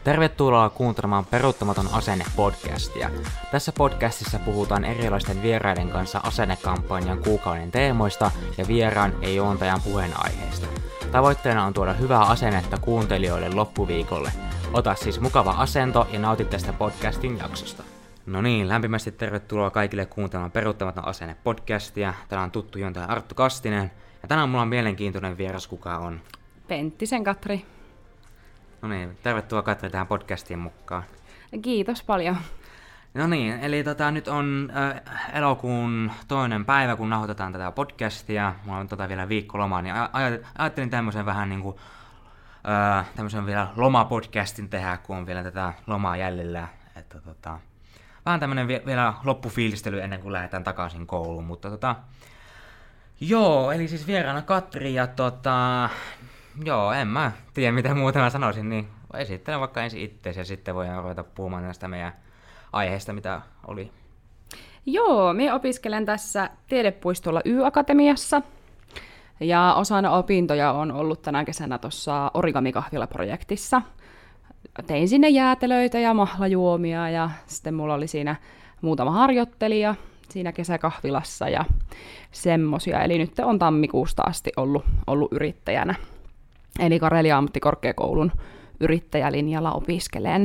Tervetuloa kuuntelemaan Peruuttamaton asenne-podcastia. Tässä podcastissa puhutaan erilaisten vieraiden kanssa asennekampanjan kuukauden teemoista ja vieraan ja juontajan puheenaiheista. Tavoitteena on tuoda hyvää asennetta kuuntelijoille loppuviikolle. Ota siis mukava asento ja nauti tästä podcastin jaksosta. No niin, lämpimästi tervetuloa kaikille kuuntelemaan Peruuttamaton asenne-podcastia. Täällä on tuttu juontaja Arttu Kastinen. Ja tänään mulla on mielenkiintoinen vieras, kuka on Penttisen Katri. No niin, tervetuloa Katri tähän podcastiin mukaan. Kiitos paljon. No niin, eli nyt on elokuun toinen päivä, kun nauhoitetaan tätä podcastia. Mulla on vielä viikkolomaa, niin ajattelin tämmöisen vähän niinku tämmöisen vielä lomapodcastin tehdä, kun on vielä tätä lomaa jäljellä. Että vähän tämmönen vielä loppufiilistely ennen kuin lähdetään takaisin kouluun, mutta joo, eli siis vieraana Katri ja joo, en mä tiedä mitä muuta mä sanoisin, niin esittelen vaikka ensin itseäsi ja sitten voidaan ruveta puhumaan näistä meidän aiheista, mitä oli. Joo, minä opiskelen tässä Tiedepuistolla Y-akatemiassa ja osana opintoja on ollut tänä kesänä tuossa Origami-kahvila-projektissa. Tein sinne jäätelöitä ja mahlajuomia ja sitten mulla oli siinä muutama harjoittelija siinä kesäkahvilassa ja semmosia. Eli nyt on tammikuusta asti ollut yrittäjänä. Eli Karelia ammattikorkeakoulun yrittäjälinjalla opiskelen.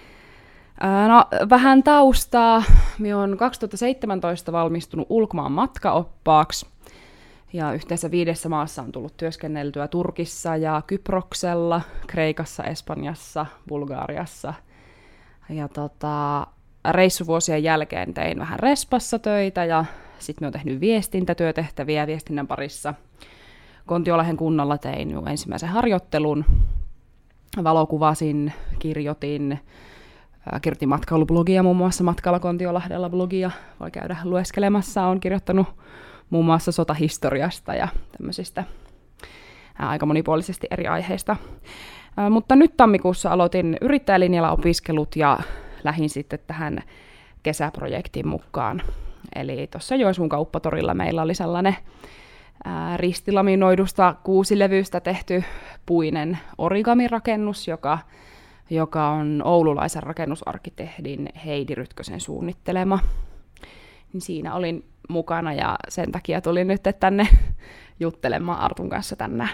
No, vähän taustaa. Minä olen 2017 valmistunut ulkomaan matkaoppaaksi. Ja yhteensä 5 maassa on tullut työskenneltyä Turkissa ja Kyproksella, Kreikassa, Espanjassa, Bulgariassa. Ja reissuvuosien jälkeen tein vähän Respassa töitä ja sitten olen tehnyt viestintätyötehtäviä viestinnän parissa. Kontiolahden kunnalla tein ensimmäisen harjoittelun, valokuvasin, kirjoitin matkailublogia, muun muassa Matkalla Kontiolahdella blogia, voi käydä lueskelemassa, olen kirjoittanut muun muassa sotahistoriasta ja tämmöisistä aika monipuolisesti eri aiheista. Mutta nyt tammikuussa aloitin yrittäjälinjalla opiskelut ja lähdin sitten tähän kesäprojektiin mukaan. Eli tuossa Joensuun kauppatorilla meillä oli sellainen ristilaminoidusta 6-levystä tehty puinen origamirakennus, joka on oululaisen rakennusarkkitehdin Heidi Rytkösen suunnittelema. Niin siinä olin mukana ja sen takia tulin nyt tänne juttelemaan Artun kanssa tänään.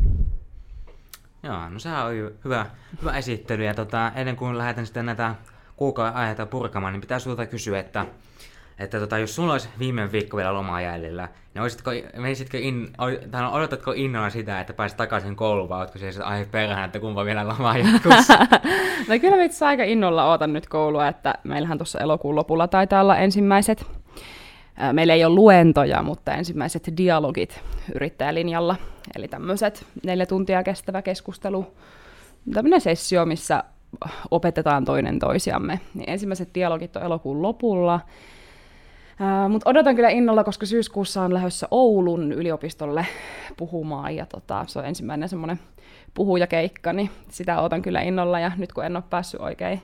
Joo, no sehän on hyvä esittely. Ja ennen kuin lähdetään sitten näitä kuukauden aiheita purkamaan, niin pitää sulta kysyä, että jos sulla olisi viime viikko vielä lomaa jäljellä, niin odotatko innolla sitä, että pääsit takaisin kouluun, vai oletko siellä aihe perään, että kumpa vielä lomaa jatkussa? No kyllä itse aika innolla ootan nyt koulua, että meillähän tuossa elokuun lopulla taitaa olla ensimmäiset, meillä ei ole luentoja, mutta ensimmäiset dialogit yrittäjälinjalla, eli tämmöiset 4 tuntia kestävä keskustelu, tämmöinen sessio, missä opetetaan toinen toisiamme. Niin ensimmäiset dialogit on elokuun lopulla. Mutta odotan kyllä innolla, koska syyskuussa on lähdössä Oulun yliopistolle puhumaan, ja se on ensimmäinen semmoinen puhujakeikka, niin sitä odotan kyllä innolla, ja nyt kun en ole päässyt oikein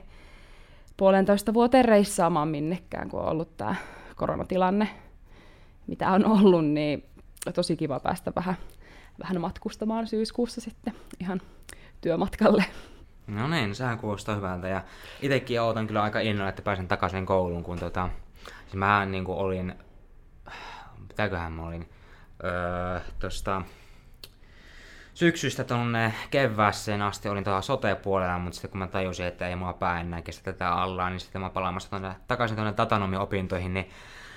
1,5 vuoteen reissaamaan minnekään, kun on ollut tämä koronatilanne, mitä on ollut, niin tosi kiva päästä vähän matkustamaan syyskuussa sitten ihan työmatkalle. No niin, sehän kuulostaa hyvältä, ja itsekin odotan kyllä aika innolla, että pääsen takaisin kouluun, kun siis mä niin kuin olin, mitäköhän mä olin, syksystä tuonne kevääseen asti olin sote-puolella, mutta sitten kun mä tajusin, että ei mua pää enää kestä tätä alla, niin sitten mä palaamassa takaisin tuonne datanomiopintoihin, niin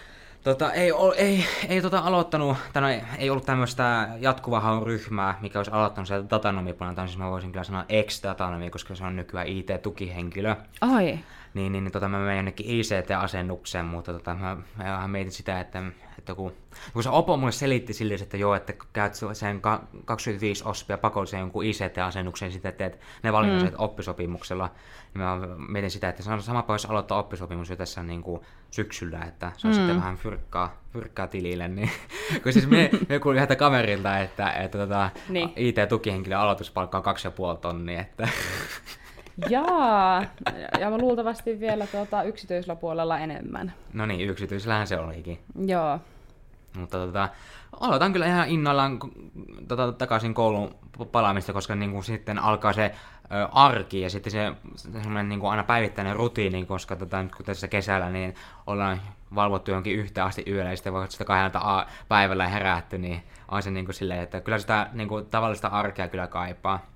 aloittanut, ei ollut tämmöistä jatkuvaa haun ryhmää, mikä olisi aloittanut sieltä datanomipuolelta, siis mä voisin kyllä sanoa ex-datanomi, koska se on nykyään IT-tukihenkilö. Ai. Niin, mä menen jonnekin ICT-asennukseen, mutta mä mietin sitä, että kun se Opo mulle selitti silleen, että joo, että käyt sen 25 oppia pakollisen jonkun ICT-asennukseen, sitten teet ne valinnaiset oppisopimuksella, niin mä mietin sitä, että sama voisi aloittaa oppisopimus jo tässä niin kuin syksyllä, että se on sitten vähän fyrkkaa tilille, niin kun siis me kuulin yhdeltä kaverilta, että niin. IT-tukihenkilön aloituspalkka on 2,5 tonnia, että Jaa, ja luultavasti vielä yksityisellä puolella enemmän. No niin, yksityisellähän se olikin. Joo. Mutta aloitan kyllä ihan innoillaan takaisin koulun palaamista, koska niin kuin sitten alkaa se arki ja sitten se semmoinen niin kuin aina päivittäinen rutiini, koska nyt kun tässä kesällä niin ollaan valvottu jonkin yhteen asti yöllä ja sitten voi sitä 2 päivällä herätty, niin on se niin kuin silleen, että kyllä sitä niin kuin tavallista arkea kyllä kaipaa.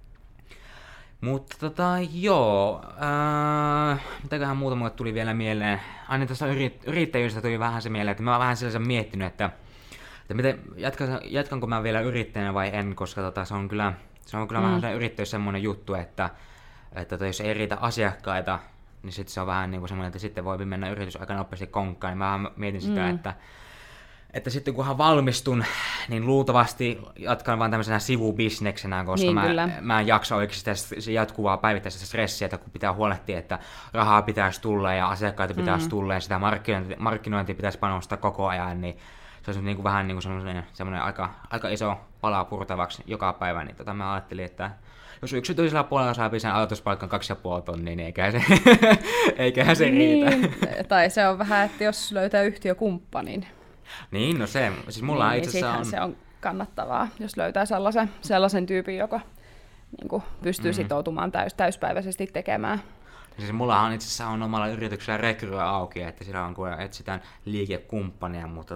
Mutta joo, mitäköhän muuta mulle tuli vielä mieleen. Aina tässä yrittäjyydestä tuli vähän se mieleen, että mä oon vähän sellaisen miettinyt, että miten, jatkanko mä vielä yrittäjänä vai en, koska se on kyllä vähän se yrittäjyys semmoinen juttu, että jos ei riitä asiakkaita, niin sitten se on vähän niin kuin semmoinen, että sitten voi mennä yritys aika nopeasti konkkaan, niin mä mietin sitä, että sitten kunhan valmistun, niin luultavasti jatkan vaan tämmöisenä sivubisneksenä, koska niin, mä en jaksa oikeasti sitä jatkuvaa päivittäistä stressiä, että kun pitää huolehtia, että rahaa pitäisi tulla ja asiakkaita pitäisi tulla ja sitä markkinointia pitäisi panostaa koko ajan, niin se olisi niin kuin vähän niin kuin semmoinen aika iso pala purtavaksi joka päivä, niin mä ajattelin, että jos yksityisellä puolella saa sen aloituspalkan 2,5 tonnia, niin eiköhän se riitä. Tai se on vähän, että jos löytää yhtiökumppanin. Niin, no se. Siis mulla niin, itse asiassa se on kannattavaa, jos löytää sellaisen tyypin, joka niin kuin pystyy sitoutumaan täyspäiväisesti tekemään. Siis mullahan itse asiassa on omalla yrityksellä rekryä auki, että siellä on kun etsitään liikekumppania, mutta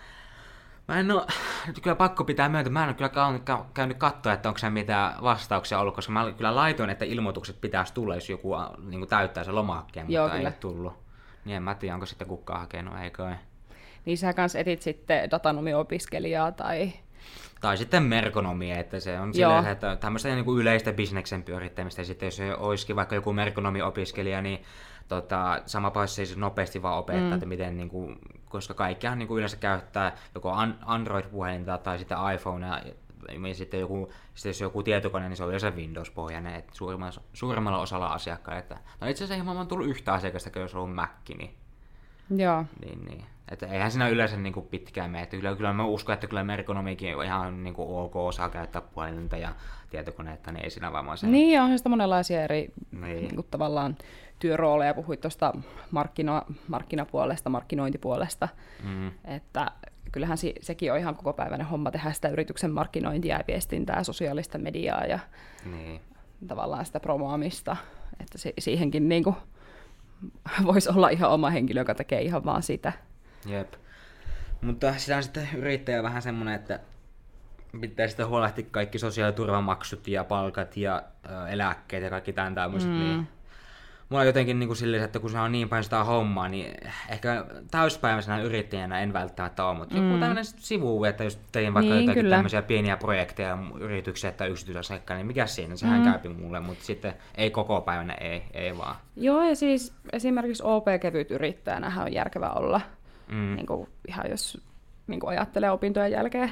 mä en oo, kyllä pakko pitää myöntää, mä en ole kyllä käynyt katsoa, että onko se mitään vastauksia ollut, koska mä kyllä laitoin, että ilmoitukset pitäisi tulla, jos joku niin kuin täyttää sen lomakkeen, mutta joo, ei ole tullut. Niin en mä tiedä, onko sitten kukaan hakenut, eikö? Niin sä kans etit sitten datanomiopiskelijaa tai sitten merkonomia, että se on silleen, että tämmöistä niin kuin yleistä bisneksen pyörittämistä, ja sitten jos olisikin vaikka joku merkonomiopiskelija, niin sama paikassa ei nopeasti vaan opettaa, että miten, niin kuin, koska kaikkihan niin kuin yleensä käyttää joko Android-puhelinta tai sitten iPhonea, ja sitten jos joku tietokone, niin se on yleensä Windows-pohjainen, että suurimmalla osalla asiakkailla. Että, no itse asiassa ei ole tullut yhtä asiakasta, jos on ollut Mac, niin. Joo. Niin. Että eihän siinä yleensä niin kuin pitkään mene. Kyllä mä uskon, että kyllä merkonomiikin on ihan niin kuin ok osaa käyttää puhelinta ja tietokoneetta, niin ei siinä varmaan se. Niin, onhan sitä monenlaisia eri niin kuin tavallaan työrooleja. Puhuit tuosta markkinapuolesta, markkinointipuolesta. Että kyllähän sekin on ihan kokopäiväinen homma tehdä sitä yrityksen markkinointia ja viestintää, sosiaalista mediaa ja tavallaan sitä promoamista. Että siihenkin niin kuin voisi olla ihan oma henkilö, joka tekee ihan vaan sitä. Jep. Mutta sitä on sitten yrittäjä vähän semmoinen, että pitää sitten huolehtia kaikki sosiaaliturvamaksut ja palkat ja eläkkeet ja kaikki tämän tämmöiset. Niin mulla on jotenkin niin kuin silleen, että kun se on niin paljon sitä hommaa, niin ehkä täyspäiväisenä yrittäjänä en välttämättä ole, mutta joku tämmöinen sivu, että jos tein vaikka jotakin tämmöisiä pieniä projekteja, yrityksiä tai yksityisasiakkaita, niin mikä siinä? Sehän käypi mulle, mutta sitten ei koko päivänä, ei vaan. Joo, ja siis esimerkiksi OP-kevyt yrittäjänähän on järkevää olla, niin kuin ihan jos niin kuin ajattelee opintojen jälkeen.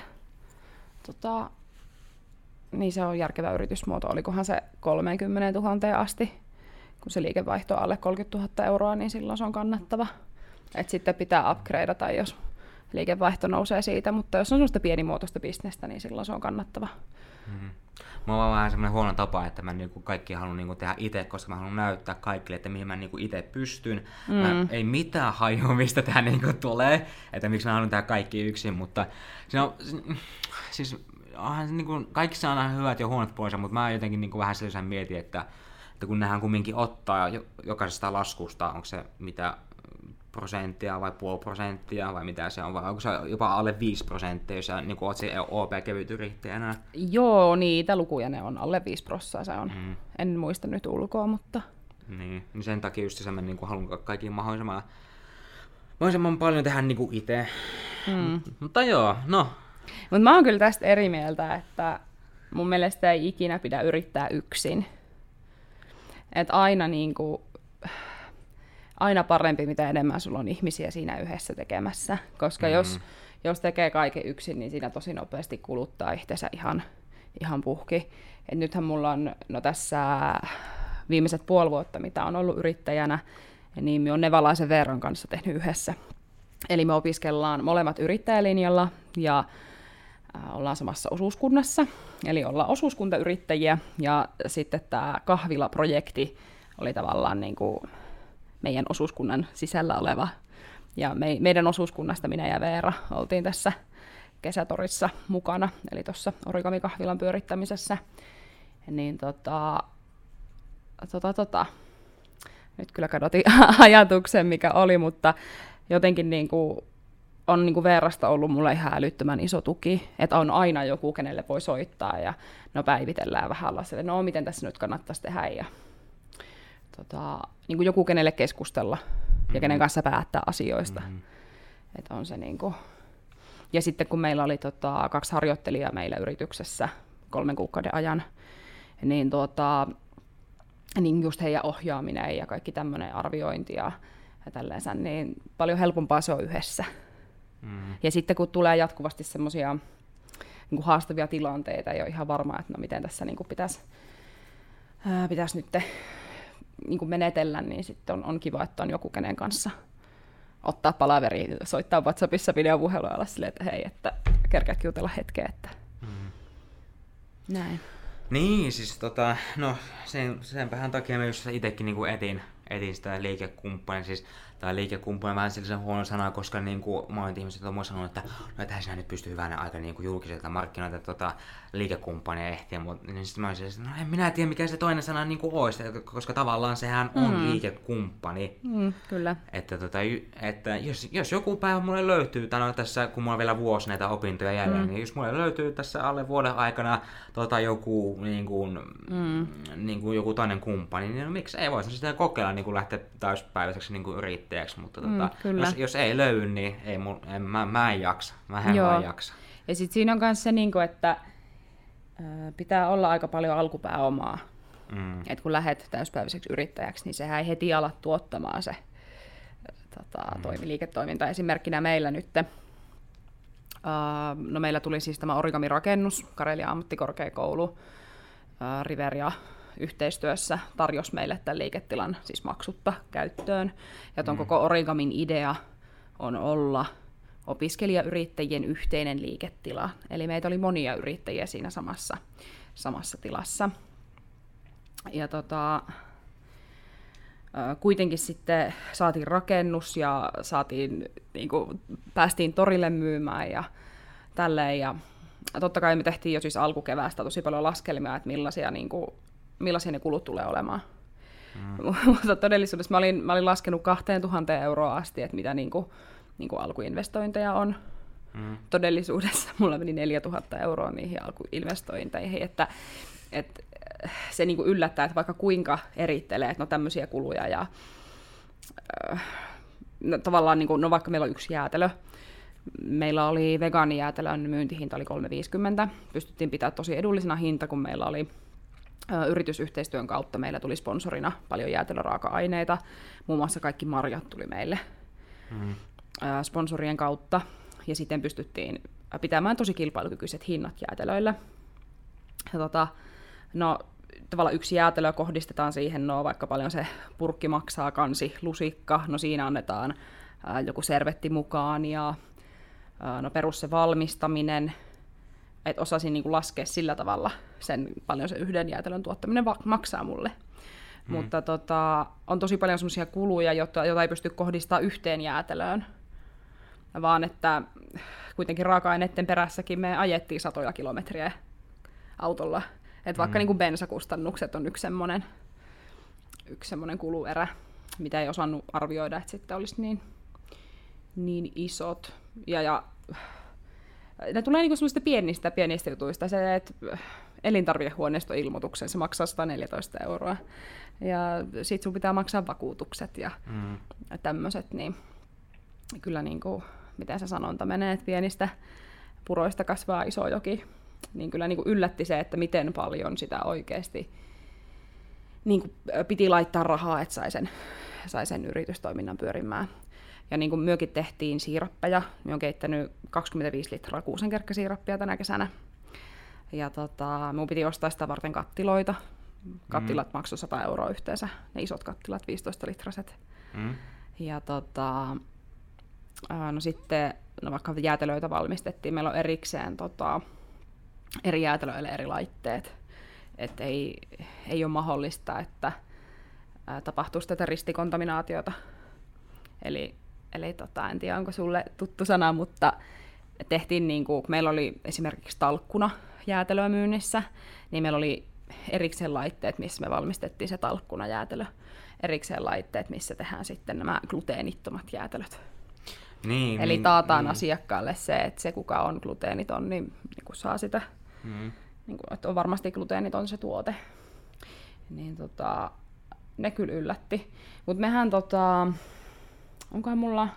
Niin se on järkevä yritysmuoto. Olikohan se 30 000 asti? Kun se liikevaihto on alle 30 000 euroa, niin silloin se on kannattava. Et sitten pitää upgradeata, jos liikevaihto nousee siitä, mutta jos on sellaista pienimuotoista bisnestä, niin silloin se on kannattava. Mulla on vähän semmoinen huono tapa, että mä niinku kaikki haluan niinku tehdä itse, koska mä haluan näyttää kaikille, että mihin mä niinku itse pystyn. Mä ei mitään hajua, mistä tää niinku tulee, että miksi mä haluan tehdä kaikki yksin, mutta niinku, kaikissa on aina hyvät ja huonot puolensa, mutta mä jotenkin niinku vähän sellaisen mietin, että kun nehän kumminkin ottaa jokaisesta laskusta, onko se mitä prosenttia vai 0,5% vai mitä se on, vai onko se jopa alle 5%, jos sä niin oot se OP-kevyt yrittäjänä? Joo, niitä lukuja ne on, alle 5% se on. En muista nyt ulkoa, mutta niin sen takia just mä niin haluan kaikkiin mahdollisimman paljon tehdä niin itse. Mutta joo, no. Mutta mä oon kyllä tästä eri mieltä, että mun mielestä ei ikinä pidä yrittää yksin. Että aina parempi, mitä enemmän sulla on ihmisiä siinä yhdessä tekemässä. Koska jos tekee kaiken yksin, niin siinä tosi nopeasti kuluttaa itsensä ihan puhki. Et nythän mulla on tässä viimeiset 5,5 vuotta, mitä on ollut yrittäjänä, niin me on Nevalaisen Veeron kanssa tehnyt yhdessä. Eli me opiskellaan molemmat yrittäjälinjalla ja ollaan samassa osuuskunnassa. Eli ollaan osuuskuntayrittäjiä ja sitten tämä kahvilaprojekti oli tavallaan niin kuin meidän osuuskunnan sisällä oleva Ja meidän osuuskunnasta minä ja Veera oltiin tässä kesätorissa mukana, eli tuossa Origami-kahvilan pyörittämisessä. Niin nyt kyllä kadotin ajatuksen, mikä oli, mutta jotenkin on Veerasta ollut mulle ihan älyttömän iso tuki, että on aina joku, kenelle voi soittaa ja päivitellään vähän alla, miten tässä nyt kannattaisi tehdä ja joku, kenelle keskustella ja kenen kanssa päättää asioista. Että on se Ja sitten kun meillä oli 2 harjoittelijaa meillä yrityksessä 3 kuukauden ajan, niin niin just heidän ohjaaminen ja kaikki tämmöinen arviointi ja tällaisen, niin paljon helpompaa se on yhdessä. Ja sitten kun tulee jatkuvasti semmoisia haastavia tilanteita, ei ole ihan varma, että miten tässä pitäisi nyt menetellä, niin sitten on kiva, että on joku, kenen kanssa ottaa palaveri, soittaa WhatsAppissa videopuhelua olla silleen, että hei, että kerkeätkin jutella hetkeä, että näin. Niin, siis senpähän takia mä just itsekin etin sitä liikekumppania, tai liikekumppania vähän sellaisen huono sana, koska monet ihmiset on mulle sanonut, että eihän sinä nyt pysty hyvänä aika julkiselta markkinoita liikekumppania ehtiä, mutta niin sitten mä olisin, että en minä tiedä mikä se toinen sana olisi, koska tavallaan sehän on liikekumppani. Kyllä. Että jos joku päivä mulle löytyy, tässä kun mulla on vielä vuosi näitä opintoja jäljellä, niin jos mulle löytyy tässä alle vuoden aikana joku joku toinen kumppani, niin miksi ei voisi sitä kokeilla lähteä täyspäiväiseksi yrittäjäksi, mutta jos ei löydy, niin mä en jaksa. Mä en vaan jaksa. Ja sitten siinä on myös se, että pitää olla aika paljon alkupääomaa. Et kun lähdet täyspäiväiseksi yrittäjäksi, niin sehän ei heti ala tuottamaan se liiketoiminta. Esimerkkinä meillä nyt, meillä tuli siis tämä Origami-rakennus, Karelian ammattikorkeakoulu, Riveria yhteistyössä tarjosi meille tämän liiketilan siis maksutta käyttöön. Ja tuon koko Origamin idea on olla opiskelijayrittäjien yhteinen liiketila. Eli meitä oli monia yrittäjiä siinä samassa tilassa. Ja kuitenkin sitten saatiin rakennus ja päästiin torille myymään ja tälleen. Ja totta kai me tehtiin jo siis alkukeväästä tosi paljon laskelmia, että millaisia ne kulut tulee olemaan. Mutta todellisuudessa mä olin laskenut 2,000 euroa asti, että mitä alkuinvestointeja on. Todellisuudessa mulla meni 4,000 euroa niihin alkuinvestointeihin, että se yllättää, että vaikka kuinka erittelee, että tämmöisiä kuluja ja tavallaan vaikka meillä on yksi jäätelö, meillä oli vegaanijäätelön myyntihinta oli 3,50, pystyttiin pitämään tosi edullisena hinta, kun meillä oli yritysyhteistyön kautta meillä tuli sponsorina paljon jäätelöraaka-aineita, muun muassa kaikki marjat tuli meille sponsorien kautta, ja sitten pystyttiin pitämään tosi kilpailukykyiset hinnat jäätelöille. Ja tavallaan yksi jäätelö kohdistetaan siihen, vaikka paljon se purkki maksaa, kansi, lusikka, siinä annetaan joku servetti mukaan, ja perus se valmistaminen, että osasin laskea sillä tavalla paljon se yhden jäätelön tuottaminen maksaa mulle. Mutta on tosi paljon semmoisia kuluja, joita ei pysty kohdistamaan yhteen jäätelöön, vaan että kuitenkin raaka-aineiden perässäkin me ajettiin 100 kilometriä autolla. Että vaikka bensakustannukset on yksi semmoinen kuluerä, mitä ei osannut arvioida, että sitten olisi niin isot. Ja ne tulee semmoista pienistä jutuista. Se, että elintarvikehuoneistoilmoituksen, se maksaa 114 euroa. Ja sit sun pitää maksaa vakuutukset ja tämmöiset, niin kyllä miten se sanonta menee, että pienistä puroista kasvaa iso joki. Niin kyllä yllätti se, että miten paljon sitä oikeasti piti laittaa rahaa, että sai sen yritystoiminnan pyörimään. Ja myökin tehtiin siirappeja. Minä olen keittänyt 25 litraa kuusenkerkkasiirappia tänä kesänä. Ja minun piti ostaa sitä varten kattiloita. Kattilat maksoi 100 euroa yhteensä. Ne isot kattilat, 15-litraset. Ja sitten vaikka jäätelöitä valmistettiin. Meillä on erikseen eri jäätelöille eri laitteet. Että ei ole mahdollista, että tapahtuisi tätä ristikontaminaatiota. Eli Eli en tiedä, onko sulle tuttu sana, mutta tehtiin meillä oli esimerkiksi talkkuna jäätelöä myynnissä, niin meillä oli erikseen laitteet, missä me valmistettiin se talkkunajäätelö. Erikseen laitteet, missä tehdään sitten nämä gluteenittomat jäätelöt. Niin, eli taataan asiakkaalle se, että se kuka on gluteeniton, niin saa sitä, että on varmasti gluteeniton se tuote. Niin ne kyllä yllätti. Mutta mehän onkohan mulla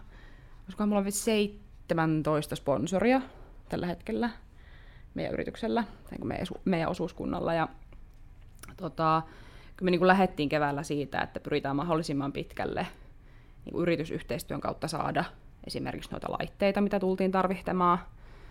17 sponsoria tällä hetkellä meidän yrityksellä, tai meidän osuuskunnalla. Ja kyllä me lähdettiin keväällä siitä, että pyritään mahdollisimman pitkälle yritysyhteistyön kautta saada esimerkiksi noita laitteita, mitä tultiin tarvitsemaan.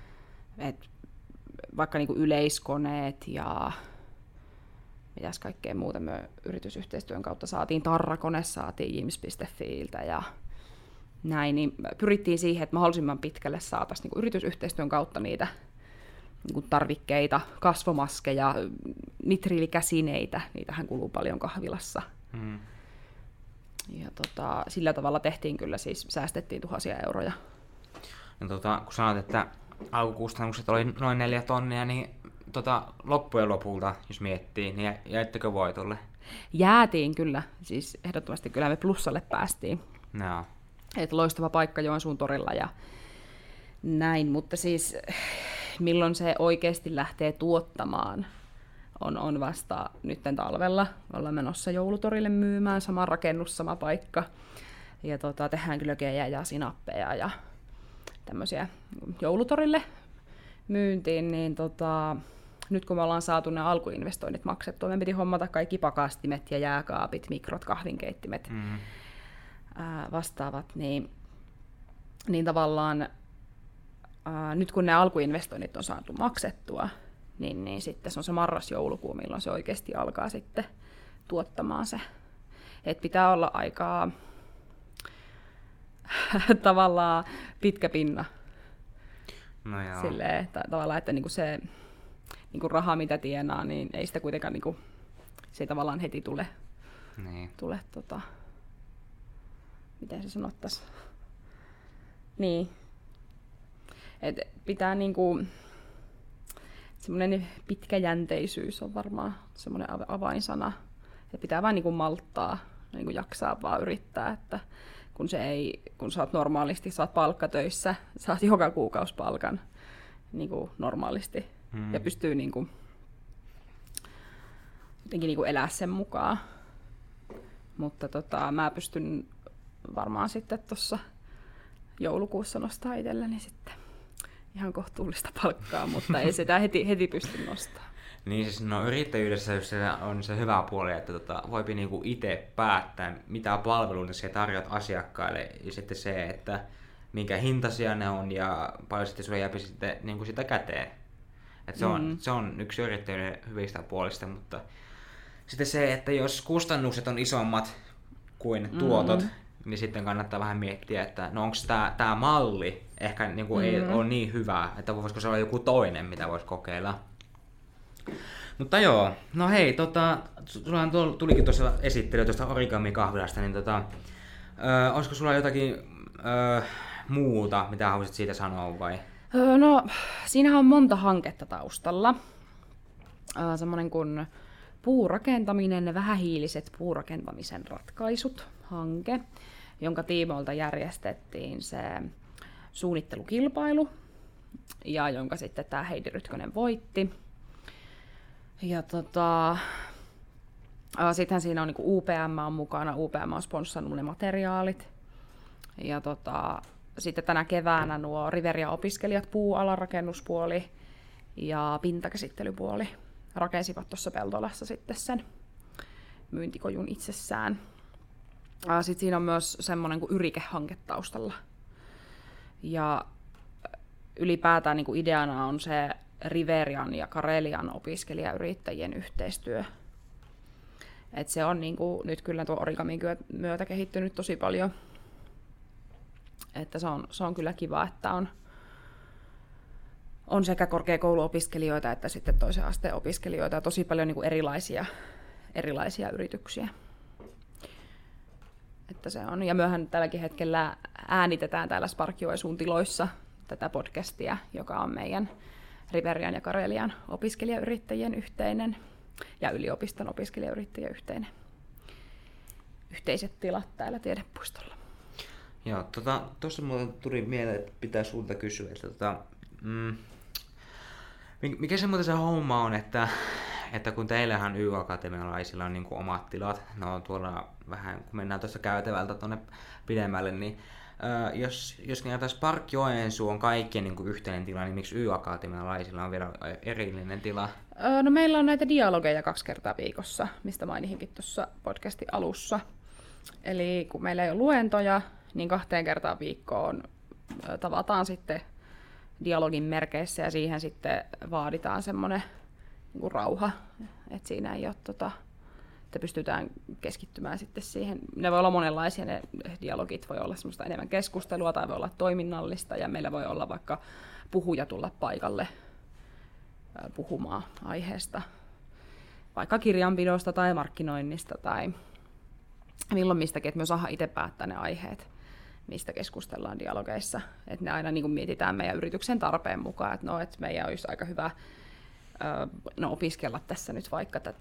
Vaikka yleiskoneet ja mitäs kaikkea muuta me yritysyhteistyön kautta saatiin. Tarrakone saatiin jims.fiiltä ja näin. Niin pyrittiin siihen, että mahdollisimman pitkälle saataisiin yritysyhteistyön kautta niitä tarvikkeita, kasvomaskeja, nitriilikäsineitä, niitähän kuluu paljon kahvilassa. Ja sillä tavalla tehtiin kyllä, siis säästettiin 1 000 euroja. No, kun sanoit, että alkukustannukset oli noin 4 tonnia, niin loppujen lopulta, jos miettii, niin jäittekö voitolle? Jäätiin kyllä, siis ehdottomasti kyllä me plussalle päästiin. No. Et loistava paikka Joensuun torilla ja näin, mutta siis milloin se oikeasti lähtee tuottamaan, on vasta nytten talvella. Ollaan menossa joulutorille myymään, sama rakennus, sama paikka. Ja tehdään glögejä ja sinappeja ja tämmöisiä joulutorille myyntiin. Niin nyt kun me ollaan saatu ne alkuinvestoinnit maksettua, me piti hommata kaikki pakastimet ja jääkaapit, mikrot, kahvinkeittimet, vastaavat, niin tavallaan nyt kun ne alkuinvestoinnit on saatu maksettua, niin sitten se on se marras-joulukuu, milloin se oikeasti alkaa sitten tuottamaan se. Et pitää olla aikaa tavallaan pitkä pinna. No joo. Silleen, tavallaan, että se raha, mitä tienaa, niin ei sitä kuitenkaan se ei tavallaan heti tule. Niin. Miten se sanottaisiin? Niin. Et pitää semmoinen pitkäjänteisyys on varmaan semmoinen avainsana. Et pitää vain malttaa, jaksaa vaan yrittää, että kun sä oot normaalisti, sä oot palkkatöissä, saat joka kuukausi palkan normaalisti ja pystyy jotenkin elää sen mukaan. Mutta mä pystyn varmaan sitten tuossa joulukuussa nostaa itselleni sitten ihan kohtuullista palkkaa, mutta ei sitä heti pysty nostamaan. Niin siis yrittäjyydessä on se hyvä puoli, että voipi itse päättää, mitä palveluita se tarjoat asiakkaille, ja sitten se, että minkä hintaisia ne on ja paljon sitten sulle jääpi sitten sitä käteen. Että se on yksi yrittäjyyden hyvistä puolista, mutta sitten se, että jos kustannukset on isommat kuin tuotot, niin sitten kannattaa vähän miettiä, että onko tämä malli ehkä ei ole niin hyvä, että voisiko se olla joku toinen, mitä voisi kokeilla. Mutta joo, no hei, sullahan tulikin tuossa esittely tuosta origami-kahvilasta, niin olisiko sulla jotakin muuta, mitä haluaisit siitä sanoa vai? No, siinähän on monta hanketta taustalla. Semmoinen kuin puurakentaminen, vähähiiliset puurakentamisen ratkaisut hanke, jonka tiimoilta järjestettiin se suunnittelukilpailu, ja jonka sitten tämä Heidi Rytkönen voitti. Ja sittenhän siinä on UPM on mukana, UPM on sponssannut ne materiaalit. Ja sitten tänä keväänä nuo Riveria-opiskelijat, puualarakennuspuoli ja pintakäsittelypuoli, rakensivat tuossa Peltolassa sitten sen myyntikojun itsessään. Sitten siinä on myös semmoinen kuin Yrike-hanke taustalla. Ja ylipäätään ideana on se Riverian ja Karelian opiskelijayrittäjien yhteistyö. Et se on nyt kyllä tuo Origamin myötä kehittynyt tosi paljon. Että se on kyllä kiva, että on sekä korkeakouluopiskelijoita että sitten toisen asteen opiskelijoita ja tosi paljon erilaisia yrityksiä. että se on. Ja myöhän tälläkin hetkellä äänitetään täällä Spark Joensuun tiloissa tätä podcastia, joka on meidän Riverian ja Karelian opiskelijayrittäjien yhteinen ja yliopiston opiskelijayrittäjien yhteiset tilat täällä Tiedepuistolla. Joo, tuossa mulle tuli mieleen, että pitää sulta kysyä, että mikä se muuten se homma on, että kun teillähän Y-akatemialaisilla on niinku omat tilat, ne on tuolla vähän, kun mennään tuossa käytävältä tuonne pidemmälle, niin jos näitä Spark Joensuu on kaikkien niinku yhteinen tila, niin miksi Y-akatemialaisilla on vielä erillinen tila? No meillä on näitä dialogeja 2 kertaa viikossa, mistä mainihinkin tuossa podcastin alussa. Eli kun meillä ei ole luentoja, niin 2 kertaa viikkoon tavataan sitten dialogin merkeissä ja siihen sitten vaaditaan semmoinen niin rauha, että siinä ei ole että pystytään keskittymään sitten siihen. Ne voi olla monenlaisia, ne dialogit voi olla semmoista enemmän keskustelua tai voi olla toiminnallista ja meillä voi olla vaikka puhuja tulla paikalle puhumaan aiheesta, vaikka kirjanpidosta tai markkinoinnista tai milloin mistäkin, että me saadaan itse päättää ne aiheet, mistä keskustellaan dialogeissa. Että ne aina niin kuin mietitään meidän yrityksen tarpeen mukaan, että että meidän olisi aika hyvä opiskella tässä nyt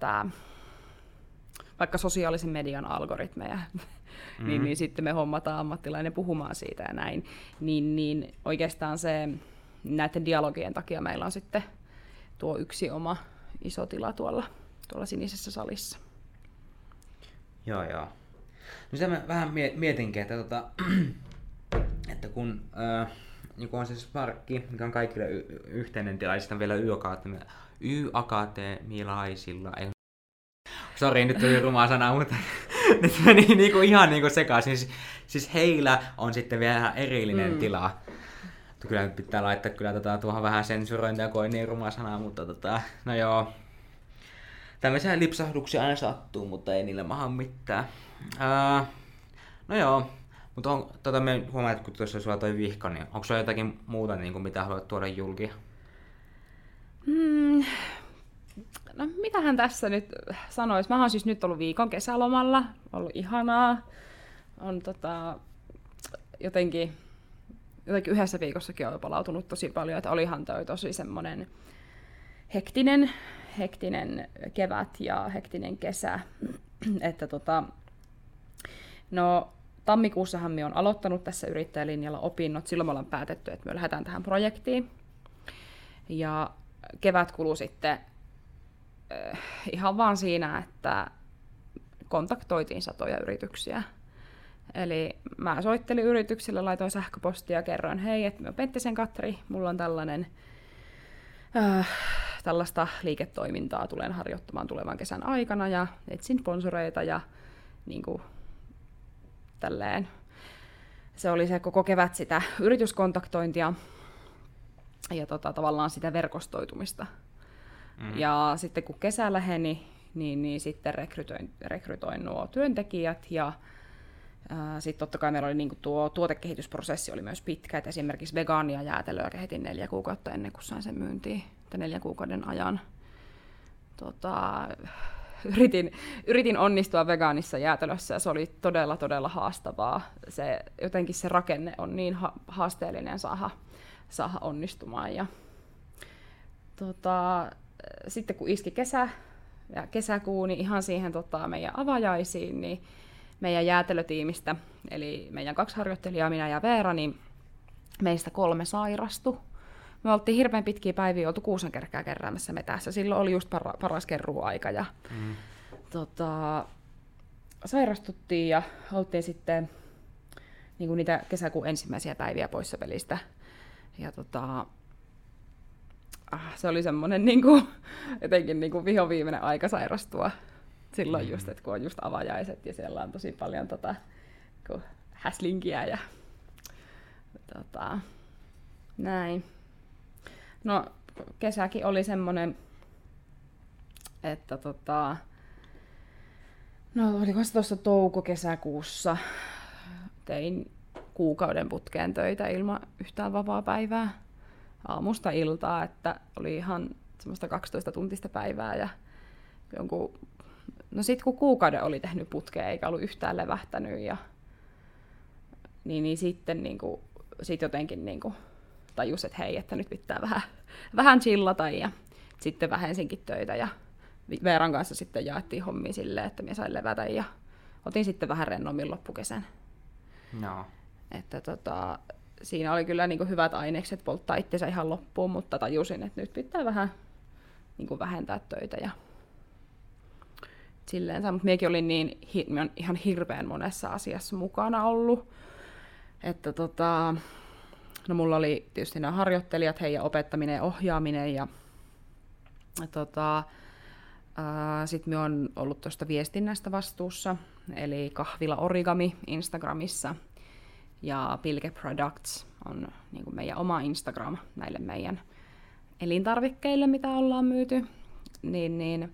vaikka sosiaalisen median algoritmeja, niin sitten me hommataan ammattilainen puhumaan siitä ja näin. Niin oikeastaan näiden dialogien takia meillä on sitten tuo yksi oma iso tila tuolla sinisessä salissa. Joo. No sitä mä vähän mietinkin, että kun on se Sparkki, mikä on kaikille yhteinen tila, ja sitten on vielä Y-akatemialaisilla. Sori, nyt tuli rumaa sana, mutta nyt meni ihan sekaisin. Siis heillä on sitten vielä erillinen tila. Kyllä pitää laittaa tuohon vähän sensurointia, kun ei niin rumaa sanaa, mutta no joo. Tämmöisiä lipsahduksia aina sattuu, mutta ei niillä maha mitään. No joo, mutta me huomaan, että kun tuossa sulla toi vihko, niin onko sulla jotakin muuta, mitä haluat tuoda julki? No mitähän tässä nyt sanois? Mä oon siis nyt ollut viikon kesälomalla, ollut ihanaa. On jotenkin yhdessä viikossakin on palautunut tosi paljon, että olihan toi tosi semmonen hektinen kevät ja hektinen kesä. Että no tammikuussahan me on aloittanut tässä yrittäjälinjalla opinnot, silloin me ollaan päätetty, että me lähdetään tähän projektiin. Ja kevät kului sitten ihan vaan siinä, että kontaktoitiin satoja yrityksiä. Eli mä soittelin yrityksille, laitoin sähköpostia ja kerroin, hei, että mä oon Penttisen Katri, mulla on tällaista liiketoimintaa tulen harjoittamaan tulevan kesän aikana ja etsin sponsoreita ja niin kuin tälleen. Se oli se koko kevät sitä yrityskontaktointia ja tavallaan sitä verkostoitumista. Ja sitten kun kesä läheni, niin sitten rekrytoin nuo työntekijät ja sitten totta kai meillä oli niinku tuo tuotekehitysprosessi oli myös pitkä, että esimerkiksi vegaania jäätelöä kehitin 4 kuukautta ennen kuin sain sen myyntiin, että 4 kuukauden ajan. Yritin onnistua vegaanissa jäätelössä ja se oli todella, todella haastavaa. Jotenkin se rakenne on niin haasteellinen saada onnistumaan. Ja, sitten kun iski kesä ja kesäkuu, niin ihan siihen meidän avajaisiin, niin meidän jäätelötiimistä, eli meidän 2 harjoittelijaa, minä ja Veera, niin meistä 3 sairastui. Me oltiin hirveän pitkiä päiviä oltu kuusenkerkkää keräämässä metässä. Silloin oli just paras kerruaika. Ja, sairastuttiin ja oltiin sitten niin kuin niitä kesäkuun ensimmäisiä päiviä poissa pelistä. Ja se oli semmoinen jotenkin vihoviimeinen aika sairastua. Silloin just, että kun on just avajaiset ja siellä on tosi paljon häslinkiä ja näin. No kesäkin oli semmoinen, että no oliko se tuossa touko-kesäkuussa tein kuukauden putkeen töitä ilman yhtään vapaapäivää aamusta iltaa, että oli ihan semmoista 12-tuntista päivää ja no sit kun kuukauden oli tehnyt putkeen eikä ollut yhtään levähtänyt ja niin sitten niinku, sit jotenkin niinku tajus, että hei, että nyt pitää vähän chillata, ja sitten vähensinkin töitä, ja Veeran kanssa sitten jaettiin hommia silleen, että minä sain levätä, ja otin sitten vähän rennommin loppukesän. No. Että siinä oli kyllä niinku hyvät ainekset polttaa itsensä ihan loppuun, mutta tajusin, että nyt pitää vähän niinku vähentää töitä. Ja silleen, mutta minäkin olin ihan hirveän monessa asiassa mukana ollut. Että no mulla oli tietysti nämä harjoittelijat, heidän opettaminen ja ohjaaminen, ja sitten minä olen ollut tuosta viestinnästä vastuussa, eli Kahvila Origami Instagramissa, ja Pilke Products on niin kuin meidän oma Instagram näille meidän elintarvikkeille, mitä ollaan myyty, niin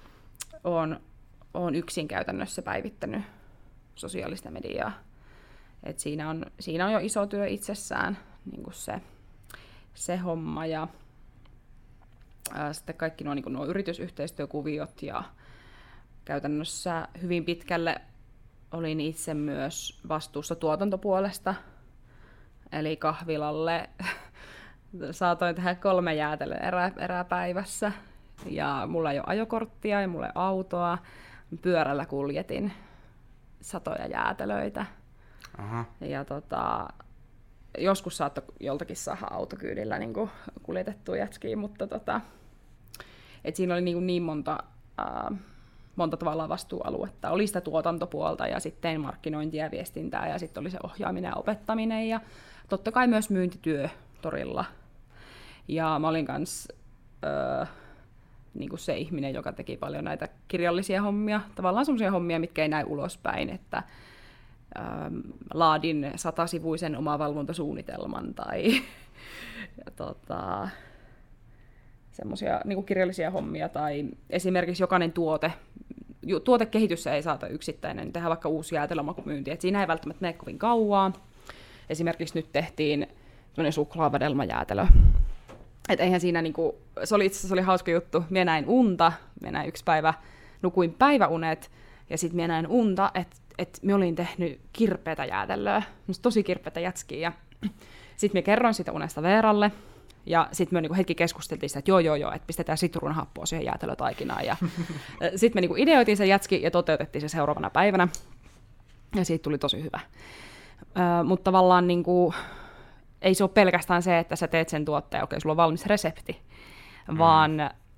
olen yksin käytännössä päivittänyt sosiaalista mediaa. Et siinä on jo iso työ itsessään, niin kuin se homma, ja sitten kaikki nuo yritysyhteistyökuviot, ja käytännössä hyvin pitkälle olin itse myös vastuussa tuotantopuolesta, eli kahvilalle saatoin tehdä 3 jäätelöerää päivässä, ja mulla ei ole ajokorttia ja mulla ei ole autoa, pyörällä kuljetin satoja jäätelöitä. Aha. Ja joskus saattoi joltakin saada autokyydillä niin kuljetettua jätskiä, mutta et siinä oli niin monta tavallaan vastuualuetta. Oli sitä tuotantopuolta ja sitten markkinointia ja viestintää ja sitten oli se ohjaaminen ja opettaminen ja totta kai myös myyntityö torilla. Ja mä olin kans niin se ihminen, joka teki paljon näitä kirjallisia hommia, tavallaan semmoisia hommia, mitkä ei näy ulospäin, että laadin 100-sivuisen omavalvontasuunnitelman tai semmoisia niin kirjallisia hommia, tai esimerkiksi jokainen tuotekehitys ei saata yksittäinen tehdä vaikka uusi jäätelömakumyynti, että siinä ei välttämättä mene kovin kauaa. Esimerkiksi nyt tehtiin semmoinen suklaavedelmajäätelö. Että eihän siinä se oli hauska juttu. Minä näin unta, minä näin yksi päivä, nukuin päiväunet, ja sitten minä näin unta, että minä olin tehnyt kirpeätä jäätelöä, tosi kirpeätä jätskiä. Sitten minä kerroin sitä unesta Veeralle, ja sitten me hetki keskusteltiin sitä, että joo, että pistetään sitruunahappoa siihen jäätelötaikinaan. Ja sitten me ideoitiin se jätski ja toteutettiin se seuraavana päivänä, ja siitä tuli tosi hyvä. Mutta tavallaan ei se ole pelkästään se, että sä teet sen tuotteen, okei, sulla on valmis resepti, vaan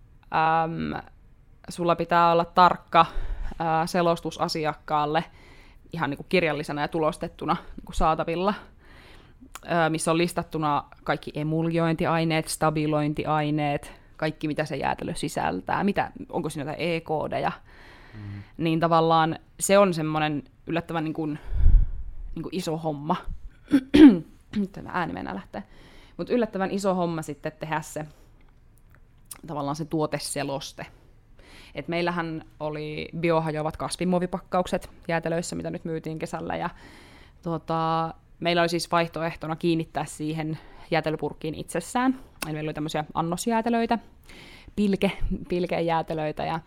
sulla pitää olla tarkka selostus asiakkaalle ihan kirjallisena ja tulostettuna saatavilla, missä on listattuna kaikki emuljointiaineet, stabilointiaineet, kaikki mitä se jäätelö sisältää, onko siinä jotain e-koodeja, niin tavallaan se on semmoinen yllättävän iso homma. Nyt tämä ääni mennä lähtee. Mutta yllättävän iso homma sitten tehdä se tavallaan se tuoteseloste. Et meillähän oli biohajoavat kasvimuovipakkaukset jäätelöissä, mitä nyt myytiin kesällä, ja meillä oli siis vaihtoehtona kiinnittää siihen jäätelöpurkkiin itsessään. Eli meillä oli tämmöisiä annosjäätelöitä, pilkejäätelöitä, ja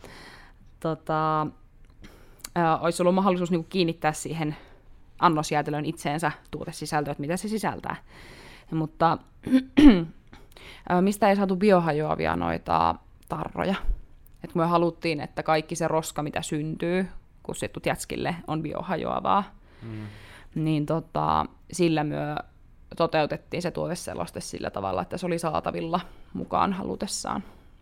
olisi ollut mahdollisuus kiinnittää siihen annosjäätelön itseensä tuotesisältöä, että mitä se sisältää. Mutta mistä ei saatu biohajoavia noita tarroja. Et kun me haluttiin, että kaikki se roska, mitä syntyy, kun sittut jätskille, on biohajoavaa, niin sillä me toteutettiin se tuoteseloste sillä tavalla, että se oli saatavilla mukaan halutessaan.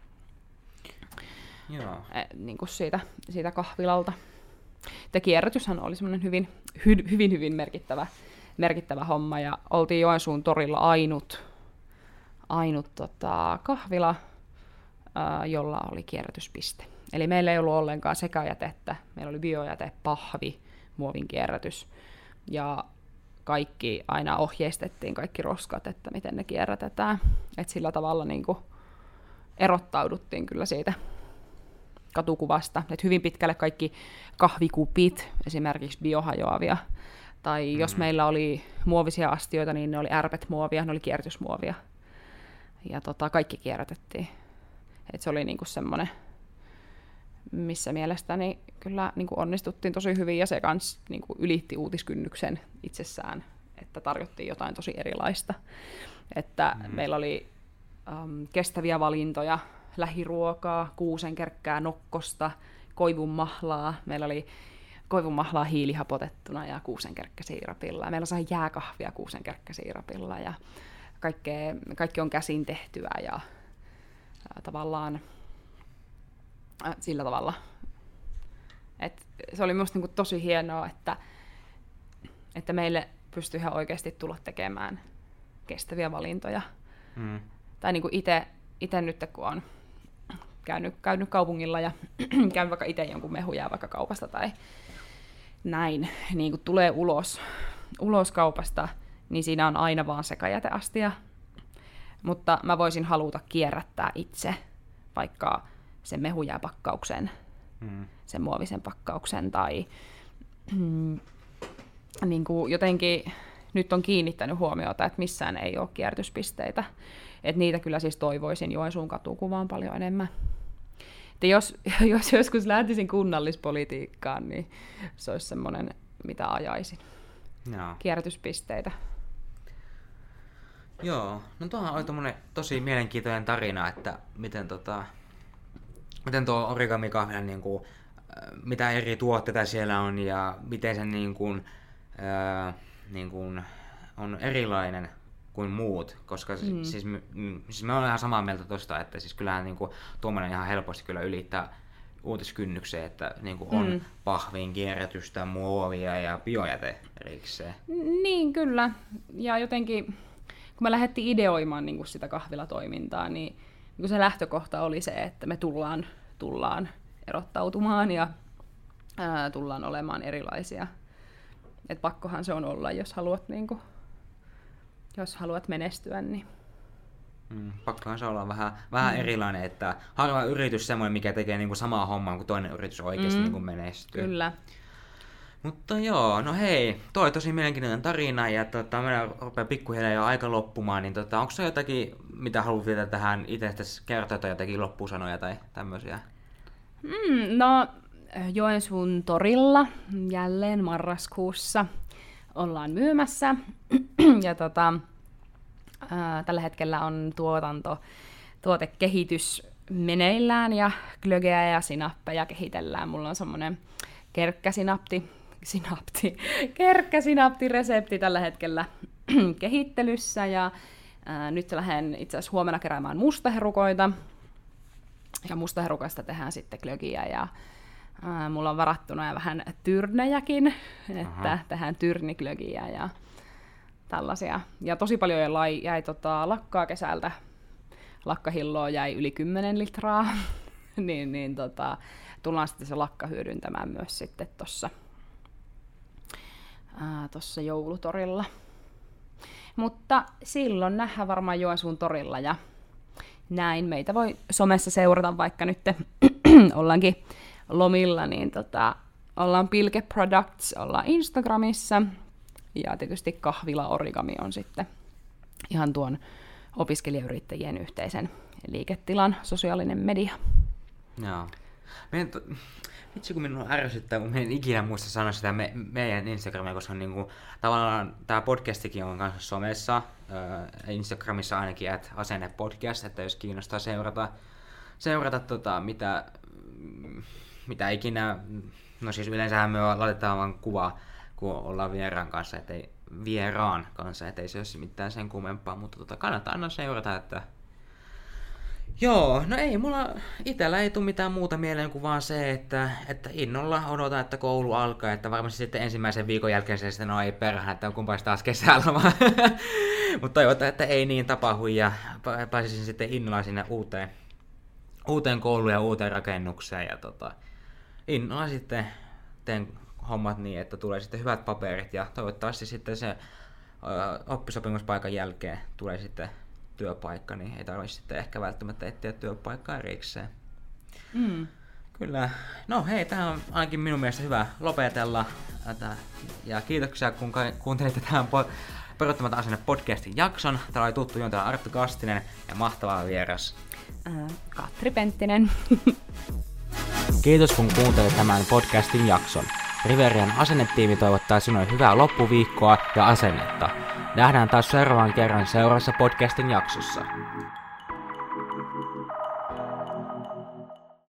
Joo. Siitä kahvilalta. Kierrätyshän oli semmoinen hyvin merkittävä homma, ja oltiin Joensuun torilla ainut kahvila, jolla oli kierrätyspiste. Eli meillä ei ollut ollenkaan sekajätettä, meillä oli biojäte, pahvi, muovin kierrätys, ja kaikki aina ohjeistettiin, kaikki roskat, että miten ne kierrätetään. Et sillä tavalla erottauduttiin kyllä siitä katukuvasta. Et hyvin pitkälle kaikki kahvikupit, esimerkiksi biohajoavia, tai jos meillä oli muovisia astioita, niin ne oli ärpet-muovia, ne oli kierrätysmuovia. Ja kaikki kierrätettiin. Et se oli semmoinen, missä mielestäni kyllä onnistuttiin tosi hyvin, ja se kans ylitti uutiskynnyksen itsessään. että tarjottiin jotain tosi erilaista. Että meillä oli kestäviä valintoja, lähiruokaa, kuusenkerkkää, nokkosta, koivunmahlaa. Meillä oli koivunmahlaa hiilihapotettuna ja kuusenkerkkäsiirapilla. Meillä sai jääkahvia kuusenkerkkäsiirapilla ja kaikki on käsin tehtyä ja tavallaan sillä tavalla. Et se oli minusta niinku tosi hienoa, että meille pystyi ihan oikeasti tulla tekemään kestäviä valintoja. Tai niinku itse nyt, kun olen käynyt kaupungilla ja käyn vaikka itse jonkun mehujää vaikka kaupasta tai näin, niin kun tulee ulos kaupasta, niin siinä on aina vaan sekajäteastia. Mutta mä voisin haluta kierrättää itse vaikka sen mehujääpakkauksen, sen muovisen pakkauksen tai niin kuin jotenkin nyt on kiinnittänyt huomiota, että missään ei ole kierrätyspisteitä. Että niitä kyllä siis toivoisin Joensuun katukuvaan paljon enemmän. Että jos joskus lähtisin kunnallispolitiikkaan, niin se olisi semmoinen, mitä ajaisin. Joo. Kierrätyspisteitä. Joo, no tuohan oli tommonen tosi mielenkiintoinen tarina, että miten tuo origamikahvila, niinku, mitä eri tuotteita siellä on ja miten se niinku on erilainen kuin muut, koska siis me ollaan ihan samaa mieltä tosta, että siis kyllähän niinku tuommoinen ihan helposti kyllä ylittää uutiskynnyksen, että niinku on pahvin kierrätystä, muovia ja biojäte erikseen. Niin, kyllä. Ja jotenkin, kun me lähdettiin ideoimaan niinku sitä kahvilatoimintaa, niin se lähtökohta oli se, että me tullaan erottautumaan ja tullaan olemaan erilaisia. Et pakkohan se on olla, jos haluat menestyä. Niin. Pakkohan se olla vähän erilainen, että harva yritys semmoinen, mikä tekee niinku samaa hommaa kuin toinen yritys oikeasti niinku menestyy. Kyllä. Mutta joo, no hei, toi oli tosi mielenkiintoinen tarina ja meillä rupeaa pikkuhiljaa jo aika loppumaan, niin onko se jotakin, mitä haluat vielä tähän itse kertoa tai jotakin loppusanoja tai tämmöisiä? No, Joensuun torilla jälleen marraskuussa ollaan myymässä ja tällä hetkellä on tuotekehitys meneillään ja glögeä ja sinappeja kehitellään. Mulla on semmoinen kerkkäsinaptiresepti tällä hetkellä kehittelyssä ja nyt lähden itse asiassa huomenna keräämään mustaherukoita ja mustaherukasta tehdään sitten glögiä ja mulla on varattuna ja vähän tyrnejäkin, että tehdään tyrniglögiä ja tällaisia. Ja tosi paljon jäi lakkaa kesältä. Lakkahilloa jäi yli 10 litraa, niin tullaan sitten se lakka hyödyntämään myös sitten tuossa joulutorilla. Mutta silloin nähdään varmaan Joensuun torilla ja näin. Meitä voi somessa seurata, vaikka nyt ollaankin lomilla, niin ollaan Pilke Products, ollaan Instagramissa ja tietysti Kahvila Origami on sitten ihan tuon opiskelijayrittäjien yhteisen liiketilan sosiaalinen media. Joo. Vitsi kun minua ärsyttää, kun en ikinä muista sanoa sitä meidän Instagramia, koska niinku, tavallaan tämä podcastikin on kanssa somessa, Instagramissa ainakin @asennepodcast, että jos kiinnostaa seurata mitä ikinä, no siis yleensähän me laitetaan vaan kuva, kun ollaan vieraan kanssa, ettei se olisi mitään sen kummempaa, mutta kannattaa aina seurata, että joo, no ei mulla itellä ei tule mitään muuta mieleen kuin vaan se, että innolla odotan, että koulu alkaa, että varmasti sitten ensimmäisen viikon jälkeen se sitten ei perhana, että kumpaa taas kesällä vaan. Mutta toivotaan, että ei niin tapahdu ja pääsisin sitten innolla sinne uuteen kouluun ja uuteen rakennukseen ja innolla sitten teen hommat niin, että tulee sitten hyvät paperit ja toivottavasti sitten se oppisopimuspaikan jälkeen tulee sitten työpaikka, niin ei tarvitse sitten ehkä välttämättä etsiä työpaikkaa erikseen. Kyllä. No hei, tämä on ainakin minun mielestä hyvä lopetella. Ja kiitoksia, kun kuuntelitte tämän Peruuttamatta asenne podcastin jakson. Täällä oli tuttu juontaja Arttu Kastinen ja mahtava vieras Katri Penttinen. Kiitos, kun kuuntelit tämän podcastin jakson. Riverian asennetiimi toivottaa sinulle hyvää loppuviikkoa ja asennetta. Nähdään taas seuraavan kerran seuraavassa podcastin jaksossa.